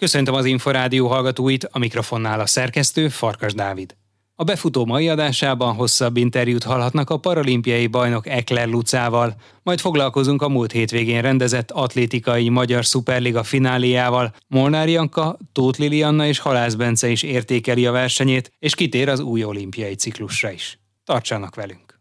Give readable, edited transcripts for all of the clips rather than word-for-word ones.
Köszöntöm az Inforádió hallgatóit, a mikrofonnál a szerkesztő Farkas Dávid. A befutó mai adásában hosszabb interjút hallhatnak a paralimpiai bajnok Ekler Lucával, majd foglalkozunk a múlt hétvégén rendezett atlétikai magyar szuperliga fináléjával. Molnár Janka, Tóth Lilianna és Halász Bence is értékeli a versenyét, és kitér az új olimpiai ciklusra is. Tartsanak velünk!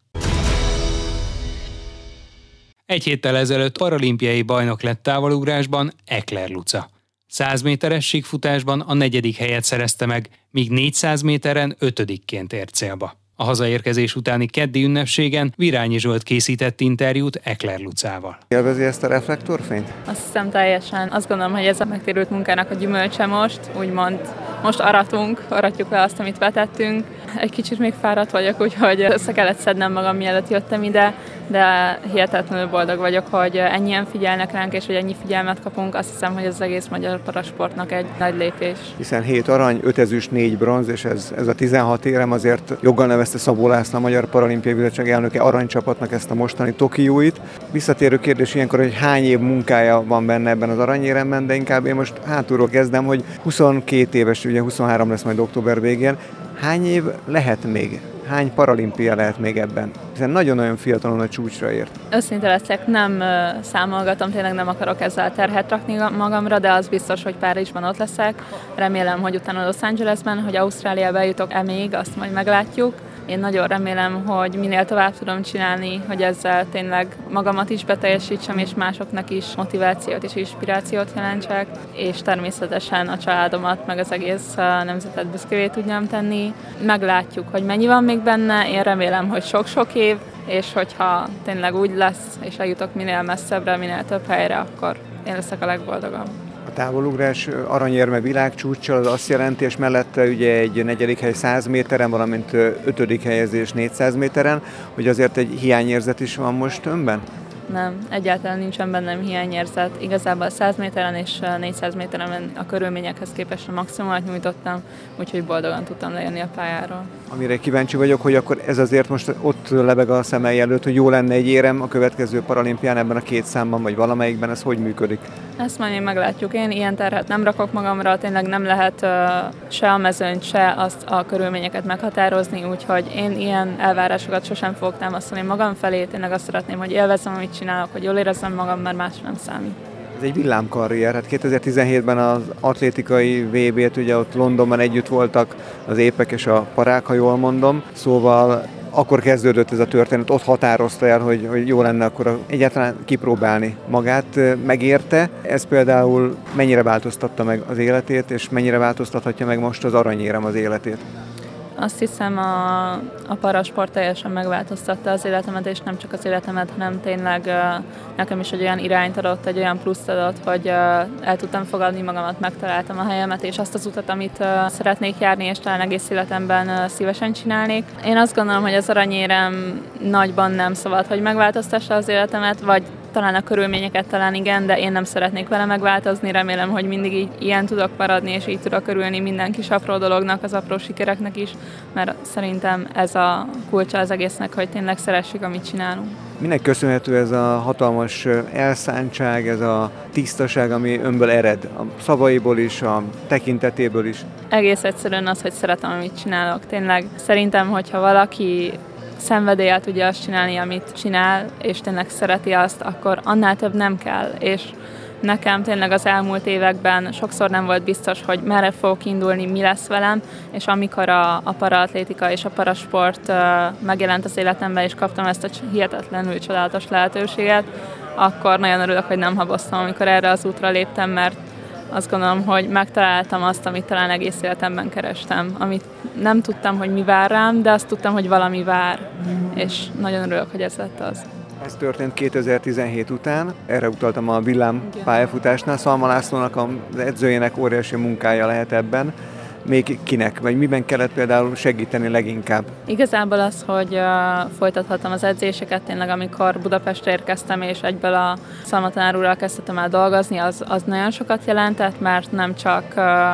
Egy héttel ezelőtt paralimpiai bajnok lett távolugrásban Ekler Luca. 100 méteres síkfutásban a 4. helyet szerezte meg, míg 400 méteren 5-ként ért célba. A hazaérkezés utáni keddi ünnepségen Virányi Zsolt készített interjút Ekler Lucával. Élvezi ezt a reflektorfényt? Azt hiszem teljesen. Azt gondolom, hogy ez a megtérült munkának a gyümölcse most, úgymond most aratjuk le azt, amit vetettünk. Egy kicsit még fáradt vagyok, úgyhogy össze kellett szednem magam, mielőtt jöttem ide, de hihetetlenül boldog vagyok, hogy ennyien figyelnek ránk, és hogy ennyi figyelmet kapunk. Azt hiszem, hogy az egész magyar parasportnak egy nagy lépés. Hiszen 7 arany, 5 ezüst, 4 bronz, és ez a 16 érem, azért joggal nevezte Szabó László, a Magyar Paralimpiai Bizottság elnöke aranycsapatnak ezt a mostani Tokióit. Visszatérő kérdés ilyenkor, hogy hány év munkája van benne ebben az aranyéremben, de inkább én most hátulról kezdem, hogy 22 éves, ugye 23 lesz majd október végén. Hány év lehet még? Hány paralimpia lehet még ebben? Hiszen nagyon-nagyon fiatalon a csúcsra ért. Őszinte leszek, nem számolgatom, tényleg nem akarok ezzel terhet rakni magamra, de az biztos, hogy Párizsban ott leszek. Remélem, hogy utána Los Angelesben, hogy Ausztráliába jutok-e még, azt majd meglátjuk. Én nagyon remélem, hogy minél tovább tudom csinálni, hogy ezzel tényleg magamat is beteljesítsem, és másoknak is motivációt és inspirációt jelentsek, és természetesen a családomat, meg az egész nemzetet büszkévé tudjam tenni. Meglátjuk, hogy mennyi van még benne, én remélem, hogy sok-sok év, és hogyha tényleg úgy lesz, és eljutok minél messzebbre, minél több helyre, akkor én leszek a legboldogabb. A távolugrás aranyérme világcsúccsal az azt jelenti, és mellette ugye egy 4. hely 100 méteren, valamint 5. helyezés 400 méteren, hogy azért egy hiányérzet is van most önben? Nem, egyáltalán nincsen bennem hiányérzet. Igazából 100 méteren és 400 méteren a körülményekhez képest a maximumot nyújtottam, úgyhogy boldogan tudtam lejönni a pályáról. Amire kíváncsi vagyok, hogy akkor ez azért most ott lebeg a szemei előtt, hogy jó lenne egy érem a következő paralimpián ebben a 2 számban, vagy valamelyikben, ez hogy működik? Ezt majd még meglátjuk. Én ilyen terhet nem rakok magamra, tényleg nem lehet se a mezőnyt, se azt a körülményeket meghatározni, úgyhogy én ilyen elvárásokat sosem fogok támasztani magam felé, tényleg azt szeretném, hogy élvezzem, amit csinálok, hogy jól érezzem magam, mert más nem számít. Ez egy villámkarrier. Hát 2017-ben az atlétikai VB-t, ugye ott Londonban együtt voltak az épek és a parák, ha jól mondom. Szóval akkor kezdődött ez a történet, ott határozta el, hogy jó lenne akkor egyáltalán kipróbálni magát. Megérte? Ez például mennyire változtatta meg az életét, és mennyire változtathatja meg most az aranyérem az életét? Azt hiszem a parasport teljesen megváltoztatta az életemet, és nem csak az életemet, hanem tényleg nekem is egy olyan irányt adott, egy olyan pluszt adott, hogy el tudtam fogadni magamat, megtaláltam a helyemet, és azt az utat, amit szeretnék járni, és talán egész életemben szívesen csinálnék. Én azt gondolom, hogy az aranyérem nagyban nem szabad, hogy megváltoztassa az életemet, vagy talán a körülményeket talán igen, de én nem szeretnék vele megváltozni. Remélem, hogy mindig így ilyen tudok maradni, és így tudok örülni minden kis apró dolognak, az apró sikereknek is, mert szerintem ez a kulcsa az egésznek, hogy tényleg szeressük, amit csinálunk. Minek köszönhető ez a hatalmas elszántság, ez a tisztaság, ami önből ered? A szavaiból is, a tekintetéből is? Egész egyszerűen az, hogy szeretem, amit csinálok. Tényleg szerintem, hogyha valaki szenvedéllyel tudja azt csinálni, amit csinál, és tényleg szereti azt, akkor annál több nem kell. És nekem tényleg az elmúlt években sokszor nem volt biztos, hogy merre fogok indulni, mi lesz velem, és amikor a paraatlétika és a parasport megjelent az életemben, és kaptam ezt a hihetetlenül csodálatos lehetőséget, akkor nagyon örülök, hogy nem haboztam, amikor erre az útra léptem, mert azt gondolom, hogy megtaláltam azt, amit talán egész életemben kerestem, amit nem tudtam, hogy mi vár rám, de azt tudtam, hogy valami vár, és nagyon örülök, hogy ez lett az. Ez történt 2017 után, erre utaltam a villám pályafutásnál, Szalma Lászlónak az edzőjének óriási munkája lehet ebben. Még kinek, vagy miben kellett például segíteni leginkább? Igazából az, hogy folytathattam az edzéseket, tényleg amikor Budapestre érkeztem, és egyből a Szalma tanár úrral kezdtem el dolgozni, az nagyon sokat jelentett, mert nem csak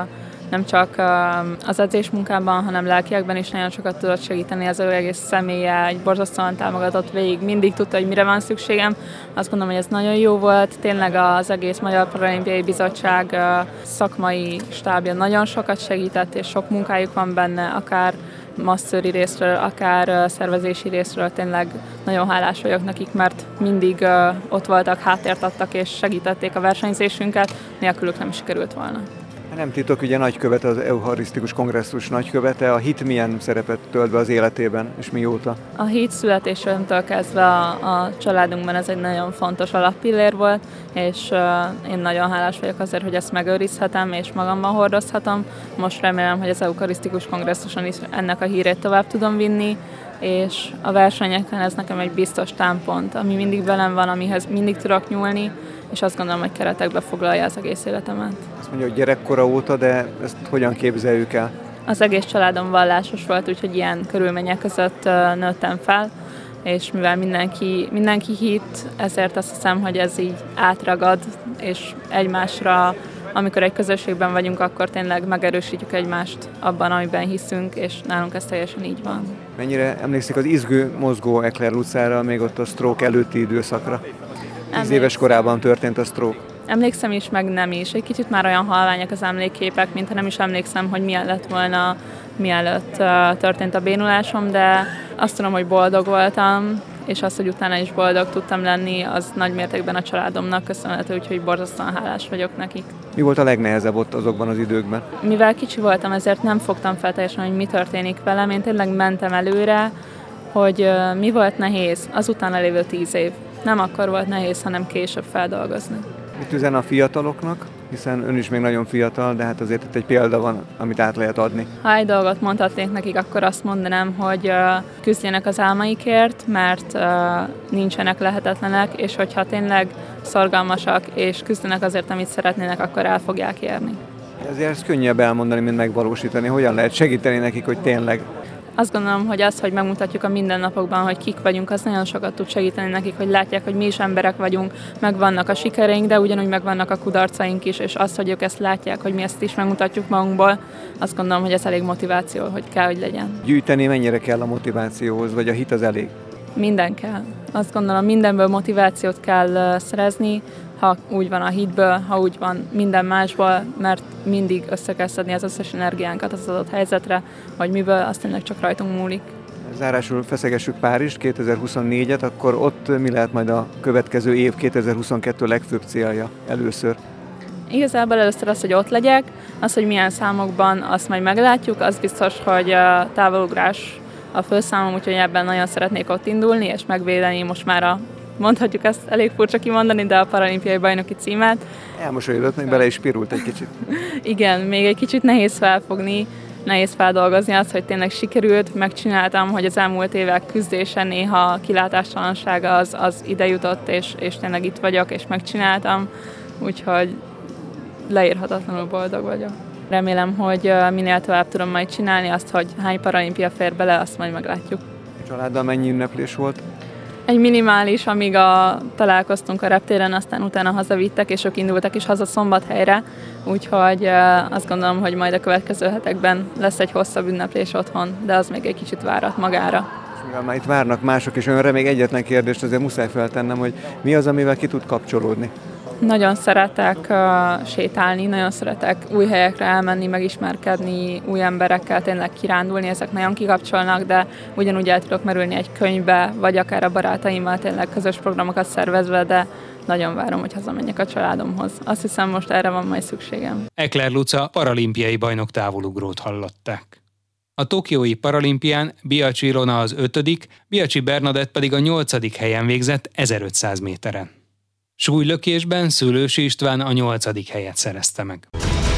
nem csak az edzésmunkában, hanem lelkiekben is nagyon sokat tudott segíteni, az ő egész személye, egy borzasztóan támogatott végig, mindig tudta, hogy mire van szükségem. Azt gondolom, hogy ez nagyon jó volt, tényleg az egész Magyar Paralimpiai Bizottság szakmai stábja nagyon sokat segített, és sok munkájuk van benne, akár masszőri részről, akár szervezési részről, tényleg nagyon hálás vagyok nekik, mert mindig ott voltak, háttért adtak és segítették a versenyzésünket, nélkülük nem sikerült volna. Nem titok, ugye nagykövet, az Eucharisztikus Kongresszus nagykövete, a hit milyen szerepet tölt be az életében, és mióta? A hit születésünktől kezdve a családunkban ez egy nagyon fontos alappillér volt, és én nagyon hálás vagyok azért, hogy ezt megőrizhetem és magamban hordozhatom. Most remélem, hogy az Eucharisztikus Kongresszuson is ennek a hírét tovább tudom vinni, és a versenyeken ez nekem egy biztos támpont, ami mindig velem van, amihez mindig tudok nyúlni, és azt gondolom, hogy keretekbe foglalja az egész életemet. Azt mondja, hogy gyerekkora óta, de ezt hogyan képzeljük el? Az egész családom vallásos volt, úgyhogy ilyen körülmények között nőttem fel, és mivel mindenki hitt, ezért azt hiszem, hogy ez így átragad, és egymásra, amikor egy közösségben vagyunk, akkor tényleg megerősítjük egymást abban, amiben hiszünk, és nálunk ez teljesen így van. Mennyire emlékszik az izgő, mozgó Ekler utcára, még ott a stroke előtti időszakra? 10 éves korában történt a stroke. Emlékszem is, meg nem is. Egy kicsit már olyan halványak az emlékképek, mintha nem is emlékszem, hogy milyen lett volna, mielőtt történt a bénulásom, de azt tudom, hogy boldog voltam, és azt, hogy utána is boldog tudtam lenni, az nagy mértékben a családomnak köszönhető, úgyhogy borzasztóan hálás vagyok nekik. Mi volt a legnehezebb ott azokban az időkben? Mivel kicsi voltam, ezért nem fogtam fel teljesen, hogy mi történik velem. Én tényleg mentem előre, hogy mi volt nehéz az utána lévő 10 év. Nem akkor volt nehéz, hanem később feldolgozni. Mit üzen a fiataloknak? Hiszen ön is még nagyon fiatal, de hát azért itt egy példa van, amit át lehet adni. Ha egy dolgot mondhatnék nekik, akkor azt mondanám, hogy küzdjenek az álmaikért, mert nincsenek lehetetlenek, és hogyha tényleg szorgalmasak és küzdenek azért, amit szeretnének, akkor el fogják érni. Ezért ez könnyebb elmondani, mint megvalósítani. Hogyan lehet segíteni nekik, hogy tényleg? Azt gondolom, hogy az, hogy megmutatjuk a mindennapokban, hogy kik vagyunk, az nagyon sokat tud segíteni nekik, hogy látják, hogy mi is emberek vagyunk, megvannak a sikereink, de ugyanúgy megvannak a kudarcaink is, és az, hogy ők ezt látják, hogy mi ezt is megmutatjuk magunkból, azt gondolom, hogy ez elég motiváció, hogy kell, hogy legyen. Gyűjteni mennyire kell a motivációhoz, vagy a hit az elég? Minden kell. Azt gondolom, mindenből motivációt kell szerezni, ha úgy van a hitből, ha úgy van minden másból, mert mindig össze kell szedni az összes energiánkat az adott helyzetre, vagy miből, azt tényleg csak rajtunk múlik. Zárásul feszegessük Párizst, 2024-et, akkor ott mi lehet majd a következő év, 2022 legfőbb célja először? Igazából először az, hogy ott legyek, az, hogy milyen számokban, azt majd meglátjuk, az biztos, hogy a távolugrás a főszámom, úgyhogy ebben nagyon szeretnék ott indulni, és megvédeni most már mondhatjuk ezt elég furcsa kimondani, de a paralimpiai bajnoki címet. Elmosolyodott, még bele is pirult egy kicsit. Igen, még egy kicsit nehéz felfogni, nehéz feldolgozni azt, hogy tényleg sikerült, megcsináltam, hogy az elmúlt évek küzdése, néha kilátástalansága az ide jutott, és tényleg itt vagyok, és megcsináltam, úgyhogy leírhatatlanul boldog vagyok. Remélem, hogy minél tovább tudom majd csinálni, azt, hogy hány paralimpia fér bele, azt majd meglátjuk. A családdal mennyi ünneplés volt? Egy minimális, amíg találkoztunk a reptéren, aztán utána hazavittek, és ők indultak is haza Szombathelyre, úgyhogy azt gondolom, hogy majd a következő hetekben lesz egy hosszabb ünneplés otthon, de az még egy kicsit várat magára. Mivel már itt várnak mások, és önre még egyetlen kérdést azért muszáj feltennem, hogy mi az, amivel ki tud kapcsolódni? Nagyon szeretek sétálni, nagyon szeretek új helyekre elmenni, megismerkedni, új emberekkel tényleg kirándulni, ezek nagyon kikapcsolnak, de ugyanúgy el tudok merülni egy könyvbe, vagy akár a barátaimmal tényleg közös programokat szervezve, de nagyon várom, hogy hazamenjek a családomhoz. Azt hiszem, most erre van majd szükségem. Ekler Luca paralimpiai bajnok távolugrót hallották. A tokiói paralimpián Biacsi Ilona az 5., Biacsi Bernadett pedig a 8. helyen végzett 1500 méteren. Súlylökésben Szőlősi István a 8. helyet szerezte meg.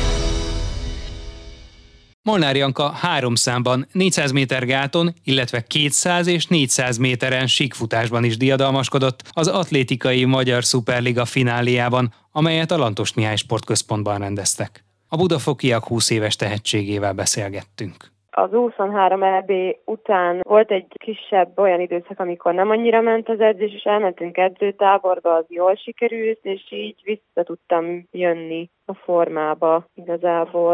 Molnár Janka 3 számban 400 méter gáton, illetve 200 és 400 méteren síkfutásban is diadalmaskodott az atlétikai Magyar Szuperliga fináléjában, amelyet a Lantos Mihály Sportközpontban rendeztek. A budafokiak 20 éves tehetségével beszélgettünk. Az U23 EB után volt egy kisebb olyan időszak, amikor nem annyira ment az edzés, és elmentünk edzőtáborba, az jól sikerült, és így vissza tudtam jönni a formába igazából.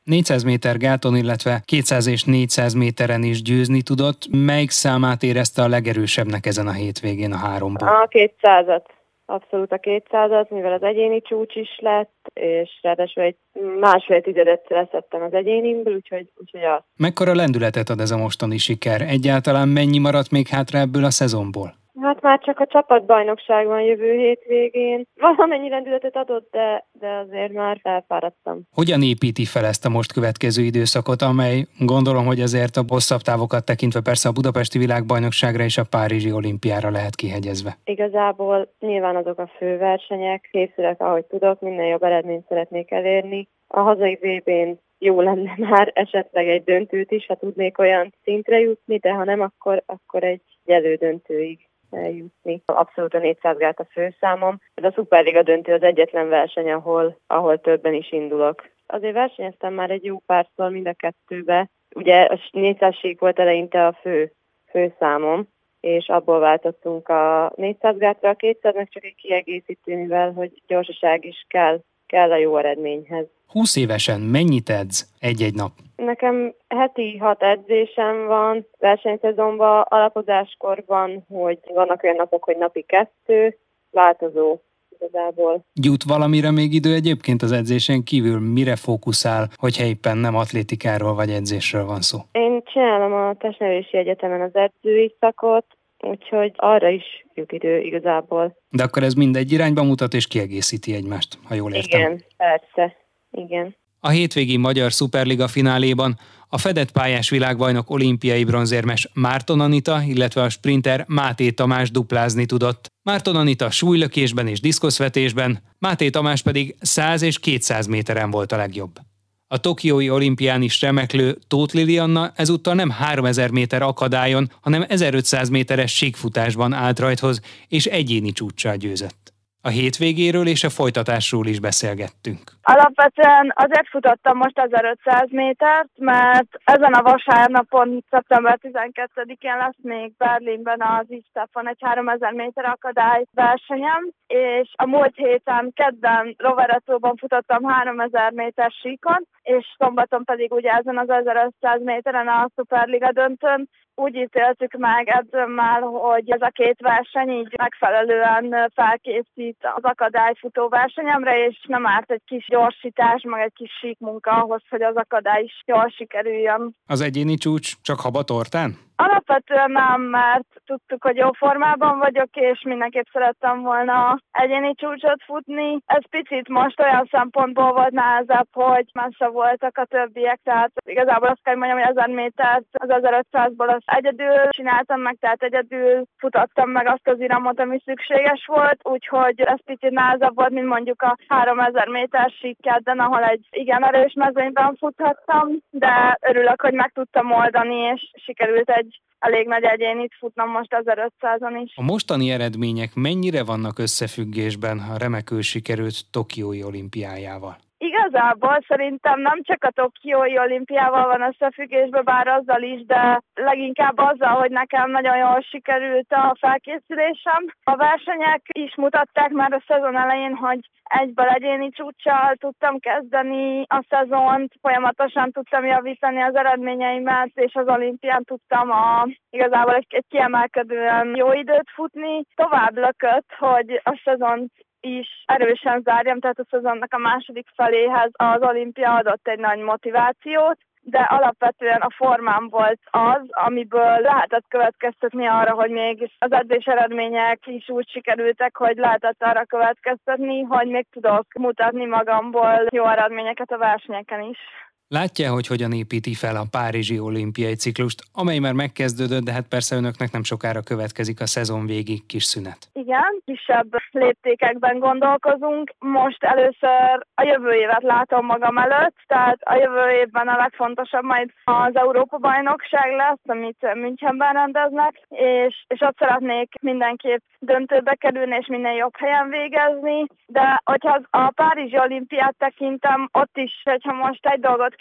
400 méter gáton, illetve 200 és 400 méteren is győzni tudott. Melyik számát érezte a legerősebbnek ezen a hétvégén a háromból? A 200-at. Abszolút a 200-at, mivel az egyéni csúcs is lett, és ráadásul egy 1,5 tizedet leszettem az egyénimből, úgyhogy az. Mekkora lendületet ad ez a mostani siker? Egyáltalán mennyi maradt még hátra ebből a szezonból? Hát már csak a csapatbajnokság van jövő hétvégén. Valamennyi lendületet adott, de azért már felfáradtam. Hogyan építi fel ezt a most következő időszakot, amely gondolom, hogy azért a hosszabb távokat tekintve persze a budapesti világbajnokságra és a párizsi olimpiára lehet kihegyezve? Igazából nyilván azok a fő versenyek, készülök, ahogy tudok, minél jobb eredményt szeretnék elérni. A hazai VB-n jó lenne már esetleg egy döntőt is, ha tudnék olyan szintre jutni, de ha nem, akkor egy elődöntőig eljutni. Abszolút a 400 gát a főszámom, de a Szuperliga döntő az egyetlen verseny, ahol többen is indulok. Azért versenyeztem már egy jó párszor mind a kettőbe. Ugye a 400 sík volt eleinte a főszámom, és abból váltottunk a 400 gátra, a 200 meg csak egy kiegészítő, mivel hogy gyorsaság is kell a jó eredményhez. 20 évesen mennyit edz egy-egy nap? Nekem heti 6 edzésem van, versenyszezonban, alapozáskorban, hogy vannak olyan napok, hogy napi 2, változó igazából. Jut valamire még idő egyébként az edzésen kívül? Mire fókuszál, hogyha éppen nem atlétikáról vagy edzésről van szó? Én csinálom a Testnevelési Egyetemen az edzői szakot, úgyhogy arra is jut idő igazából. De akkor ez mindegy irányba mutat és kiegészíti egymást, ha jól értem. Igen, persze. Igen. A hétvégi Magyar Szuperliga fináléban a fedett pályás világbajnok olimpiai bronzérmes Márton Anita, illetve a sprinter Máté Tamás duplázni tudott. Márton Anita súlylökésben és diszkoszvetésben, Máté Tamás pedig 100 és 200 méteren volt a legjobb. A tokiói olimpián is remeklő Tóth Lilianna ezúttal nem 3000 méter akadályon, hanem 1500 méteres síkfutásban állt rajthoz, és egyéni csúccsal győzött. A hétvégéről és a folytatásról is beszélgettünk. Alapvetően azért futottam most 1500 métert, mert ezen a vasárnapon, szeptember 12-én lesz még Berlinben az ISTAF-on egy 3000 méter akadály versenyem, és a múlt héten kedden Roveretóban futottam 3000 méter síkon, és szombaton pedig ugye ezen az 1500 méteren a Szuperliga döntőn. Úgy ítéltük meg edzőmmel, hogy ez a két verseny így megfelelően felkészít az akadályfutó versenyemre, és nem árt egy kis gyorsítás, meg egy kis síkmunka ahhoz, hogy az akadály is jól sikerüljön. Az egyéni csúcs csak habatortán? Alapvetően nem, mert tudtuk, hogy jó formában vagyok, és mindenképp szerettem volna egyéni csúcsot futni. Ez picit most olyan szempontból volt nehezebb, hogy messze voltak a többiek, tehát igazából azt kell mondjam, hogy 1000 métert az 1500-ból azt egyedül csináltam meg, tehát egyedül futottam meg azt az iramot, ami szükséges volt, úgyhogy ez picit nehezebb volt, mint mondjuk a 3000 méter síkkedden, ahol egy igen erős mezőnyben futhattam, de örülök, hogy meg tudtam oldani, és sikerült egy elég nagy egyénit futnom most 1500-on is. A mostani eredmények mennyire vannak összefüggésben a remekül sikerült tokiói olimpiájával? Igazából szerintem nem csak a tokiói olimpiával van összefüggésben, bár azzal is, de leginkább azzal, hogy nekem nagyon jól sikerült a felkészülésem. A versenyek is mutatták már a szezon elején, hogy egyből egyéni csúccsal tudtam kezdeni a szezont, folyamatosan tudtam javítani az eredményeimet, és az olimpián tudtam igazából egy kiemelkedően jó időt futni. Tovább lökött, hogy a szezon is erősen zárjam, tehát a szezonnak a második feléhez az olimpia adott egy nagy motivációt, de alapvetően a formám volt az, amiből lehetett következtetni arra, hogy még az edzés eredmények is úgy sikerültek, hogy lehetett arra következtetni, hogy még tudok mutatni magamból jó eredményeket a versenyeken is. Látja, hogy hogyan építi fel a párizsi olimpiai ciklust, amely már megkezdődött, de hát persze önöknek nem sokára következik a szezon végi kis szünet. Igen, kisebb léptékekben gondolkozunk. Most először a jövő évet látom magam előtt, tehát a jövő évben a legfontosabb majd az Európa-bajnokság lesz, amit Münchenben rendeznek, és ott szeretnék mindenképp döntőbe kerülni, és minél jobb helyen végezni, de hogyha a párizsi olimpiát tekintem, ott is, hogyha most egy dolgot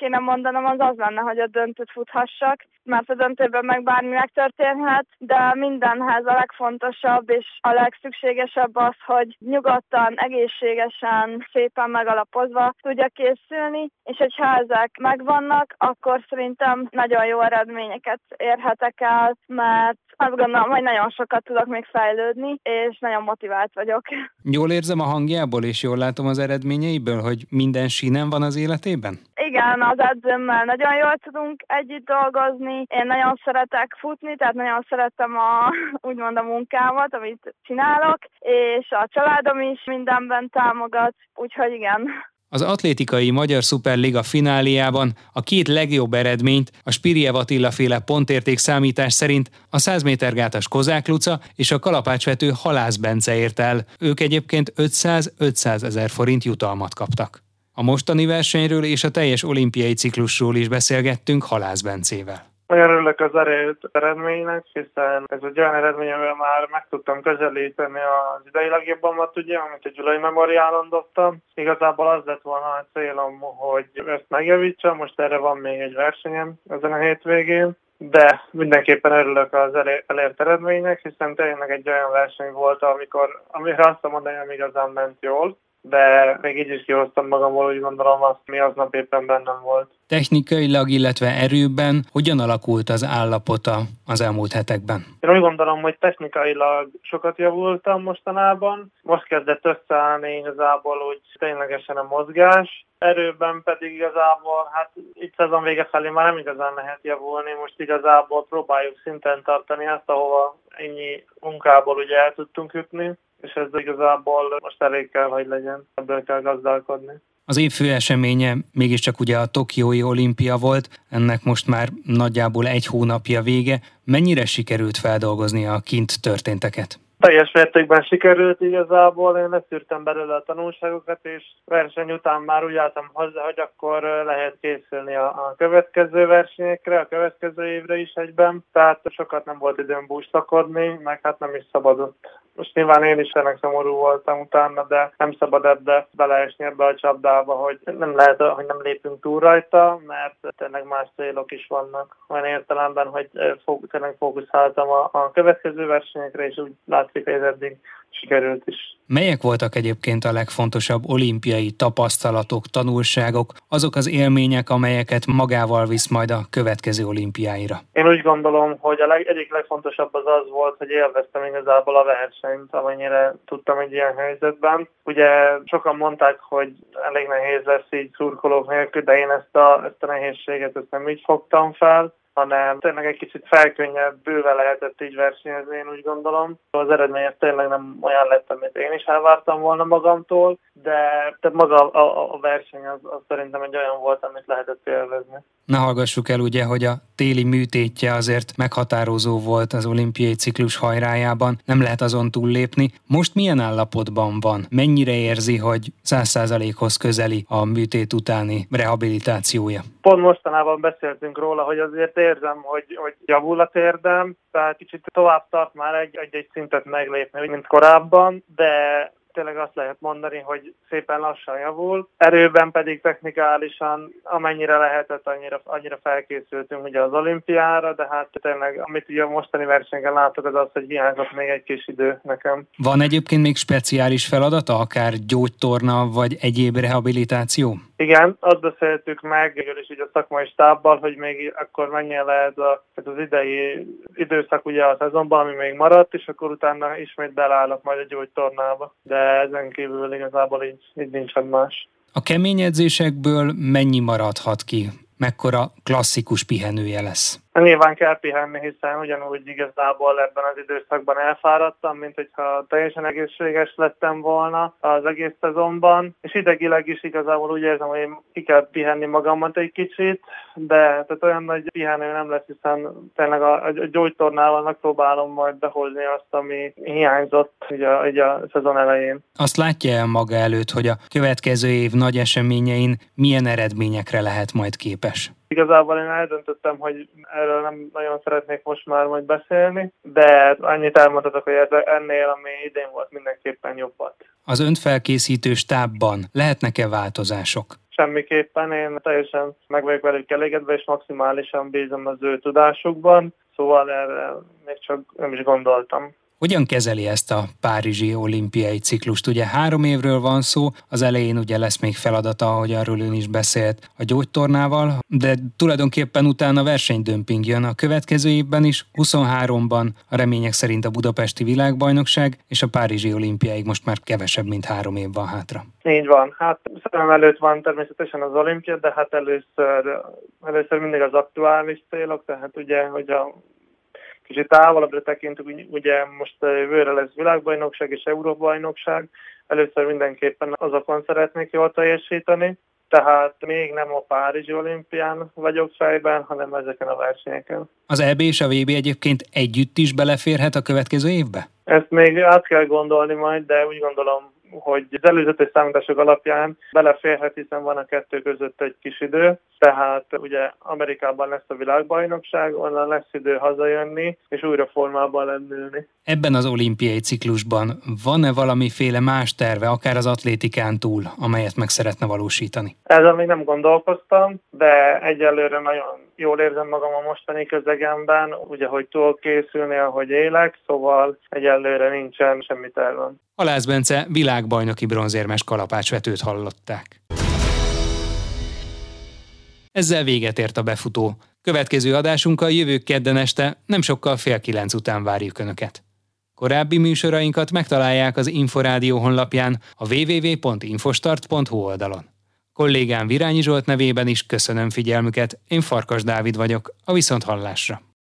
kéne mondanom, az lenne, hogy a döntőt futhassak, mert a döntőben meg bármi megtörténhet, de mindenhez a legfontosabb és a legszükségesebb az, hogy nyugodtan, egészségesen, szépen megalapozva tudjak készülni, és hogyha ezek megvannak, akkor szerintem nagyon jó eredményeket érhetek el, mert azt gondolom, hogy nagyon sokat tudok még fejlődni, és nagyon motivált vagyok. Jól érzem a hangjából, és jól látom az eredményeiből, hogy minden sínen van az életében? Igen, az edzőmmel nagyon jól tudunk együtt dolgozni. Én nagyon szeretek futni, tehát nagyon szeretem úgymond a munkámat, amit csinálok, és a családom is mindenben támogat, úgyhogy igen. Az atlétikai Magyar Szuperliga fináliában a két legjobb eredményt a Spiriev Attila-féle pontérték számítás szerint a 100 méter gátas Kozák Luca és a kalapácsvető Halász Bence ért el. Ők egyébként 500 ezer forint jutalmat kaptak. A mostani versenyről és a teljes olimpiai ciklusról is beszélgettünk Halász Bencével. Nagyon örülök az eredménynek, hiszen ez egy olyan eredmény, amivel már meg tudtam közelíteni az idei legjobbamat, ugye, amit a Gyulai Memoriálon dobtam. Igazából az lett volna a célom, hogy ezt megjavítsam, most erre van még egy versenyem ezen a hétvégén, de mindenképpen örülök az elért eredménynek, hiszen tényleg egy olyan verseny volt, amire azt mondani, hogy igazán ment jól, de még így is kihoztam magamból, úgy gondolom, azt, mi aznap éppen bennem volt. Technikailag, illetve erőben hogyan alakult az állapota az elmúlt hetekben? Én úgy gondolom, hogy technikailag sokat javultam mostanában. Most kezdett összeállni igazából úgy ténylegesen a mozgás. Erőben pedig igazából, hát itt szezon vége felé már nem igazán lehet javulni. Most igazából próbáljuk szinten tartani azt, ahova ennyi munkából ugye el tudtunk jutni. És ez igazából most elég kell, hogy legyen, ebből kell gazdálkodni. Az év fő eseménye mégiscsak ugye a Tokiói olimpia volt, ennek most már nagyjából egy hónapja vége. Mennyire sikerült feldolgozni a kint történteket? Teljes mértékben sikerült igazából, én leszűrtem belőle a tanulságokat, és verseny után már úgy álltam hozzá, hogy akkor lehet készülni a következő versenyekre, a következő évre is egyben, tehát sokat nem volt időm búslakodni, meg hát nem is szabadott. Most nyilván én is ennek szomorú voltam utána, de nem szabad ebbe beleesni ebbe a csapdába, hogy nem lehet, hogy nem lépünk túl rajta, mert tényleg más célok is vannak. Olyan értelemben, hogy tényleg fókuszáltam a következő versenyekre, és úgy látszik, hogy ez eddig sikerült is. Melyek voltak egyébként a legfontosabb olimpiai tapasztalatok, tanulságok, azok az élmények, amelyeket magával visz majd a következő olimpiáira? Én úgy gondolom, hogy egyik legfontosabb az volt, hogy élveztem igazából a versenyt, amennyire tudtam egy ilyen helyzetben. Ugye sokan mondták, hogy elég nehéz lesz így szurkolók nélkül, de én ezt a nehézséget nem így fogtam fel, hanem tényleg egy kicsit bőven lehetett így versenyezni, én úgy gondolom. Az eredmény tényleg nem olyan lett, amit én is elvártam volna magamtól, de maga a verseny az szerintem egy olyan volt, amit lehetett élvezni. Ne hallgassuk el ugye, hogy a téli műtétje azért meghatározó volt az olimpiai ciklus hajrájában, nem lehet azon túllépni. Most milyen állapotban van? Mennyire érzi, hogy 100%-hoz közeli a műtét utáni rehabilitációja? Pont mostanában beszéltünk róla, hogy azért érzem, hogy javul a térdem, tehát kicsit tovább tart már egy szintet meglépni, mint korábban, de tényleg azt lehet mondani, hogy szépen lassan javul. Erőben pedig technikálisan amennyire lehetett, annyira felkészültünk ugye az olimpiára, de hát tényleg, amit ugye a mostani versenyen látok, az hogy hiányzott még egy kis idő nekem. Van egyébként még speciális feladata, akár gyógytorna vagy egyéb rehabilitáció? Igen, azt beszéltük meg, és így a szakmai stábbal, hogy még akkor mennyien lehet az idei időszak ugye a szezonban, ami még maradt, és akkor utána ismét belállok majd a gyógytornába. De ezen kívül igazából így nincsen más. A kemény edzésekből mennyi maradhat ki? Mekkora klasszikus pihenője lesz? Nyilván kell pihenni, hiszen ugyanúgy igazából ebben az időszakban elfáradtam, mint hogyha teljesen egészséges lettem volna az egész szezonban, és idegileg is igazából úgy érzem, hogy ki kell pihenni magamat egy kicsit, de tehát olyan nagy pihenő nem lesz, hiszen tényleg a gyógytornával megpróbálom majd behozni azt, ami hiányzott ugye a szezon elején. Azt látja el maga előtt, hogy a következő év nagy eseményein milyen eredményekre lehet majd képes? Igazából én eldöntöttem, hogy erről nem nagyon szeretnék most már majd beszélni, de annyit elmondhatok, hogy ennél, ami idén volt, mindenképpen jobbat. Az önfelkészítő stábban lehetnek-e változások? semmiképpen, én teljesen meg vagyok velük elégedve, és maximálisan bízom az ő tudásukban, szóval erre még csak nem is gondoltam. Hogyan kezeli ezt a párizsi olimpiai ciklust? Ugye 3 évről van szó, az elején ugye lesz még feladata, ahogy arról ön is beszélt, a gyógytornával, de tulajdonképpen utána versenydömping jön. A következő évben is, 23-ban a remények szerint a budapesti világbajnokság, és a párizsi olimpiáig most már kevesebb, mint 3 év van hátra. Így van. Hát szemem előtt van természetesen az olimpia, de hát először mindig az aktuális célok, tehát ugye, hogy a kicsit távolabbra tekintünk, ugye most jövőre lesz világbajnokság és Európa-bajnokság. Először mindenképpen azokon szeretnék jól teljesíteni, tehát még nem a párizsi olimpián vagyok fejben, hanem ezeken a versenyeken. Az EB és a VB egyébként együtt is beleférhet a következő évbe? Ezt még át kell gondolni majd, de úgy gondolom, hogy az előzetes számítások alapján beleférhet, hiszen van a kettő között egy kis idő, tehát ugye Amerikában lesz a világbajnokság, onnan lesz idő hazajönni, és újra formában lendülni. Ebben az olimpiai ciklusban van-e valamiféle más terve, akár az atlétikán túl, amelyet meg szeretne valósítani? Ezzel még nem gondolkoztam, de egyelőre nagyon jól érzem magam a mostani közegemben, ugye, hogy tudok készülni, ahogy élek, szóval egyelőre nincsen semmi tervem. Halász Bence világbajnoki bronzérmes kalapácsvetőt hallották. Ezzel véget ért a befutó. Következő adásunkkal jövő kedden este nem sokkal 8:30 után várjuk Önöket. Korábbi műsorainkat megtalálják az Inforádió honlapján, a www.infostart.hu oldalon. Kollégám Virányi Zsolt nevében is köszönöm figyelmüket, én Farkas Dávid vagyok, a viszonthallásra.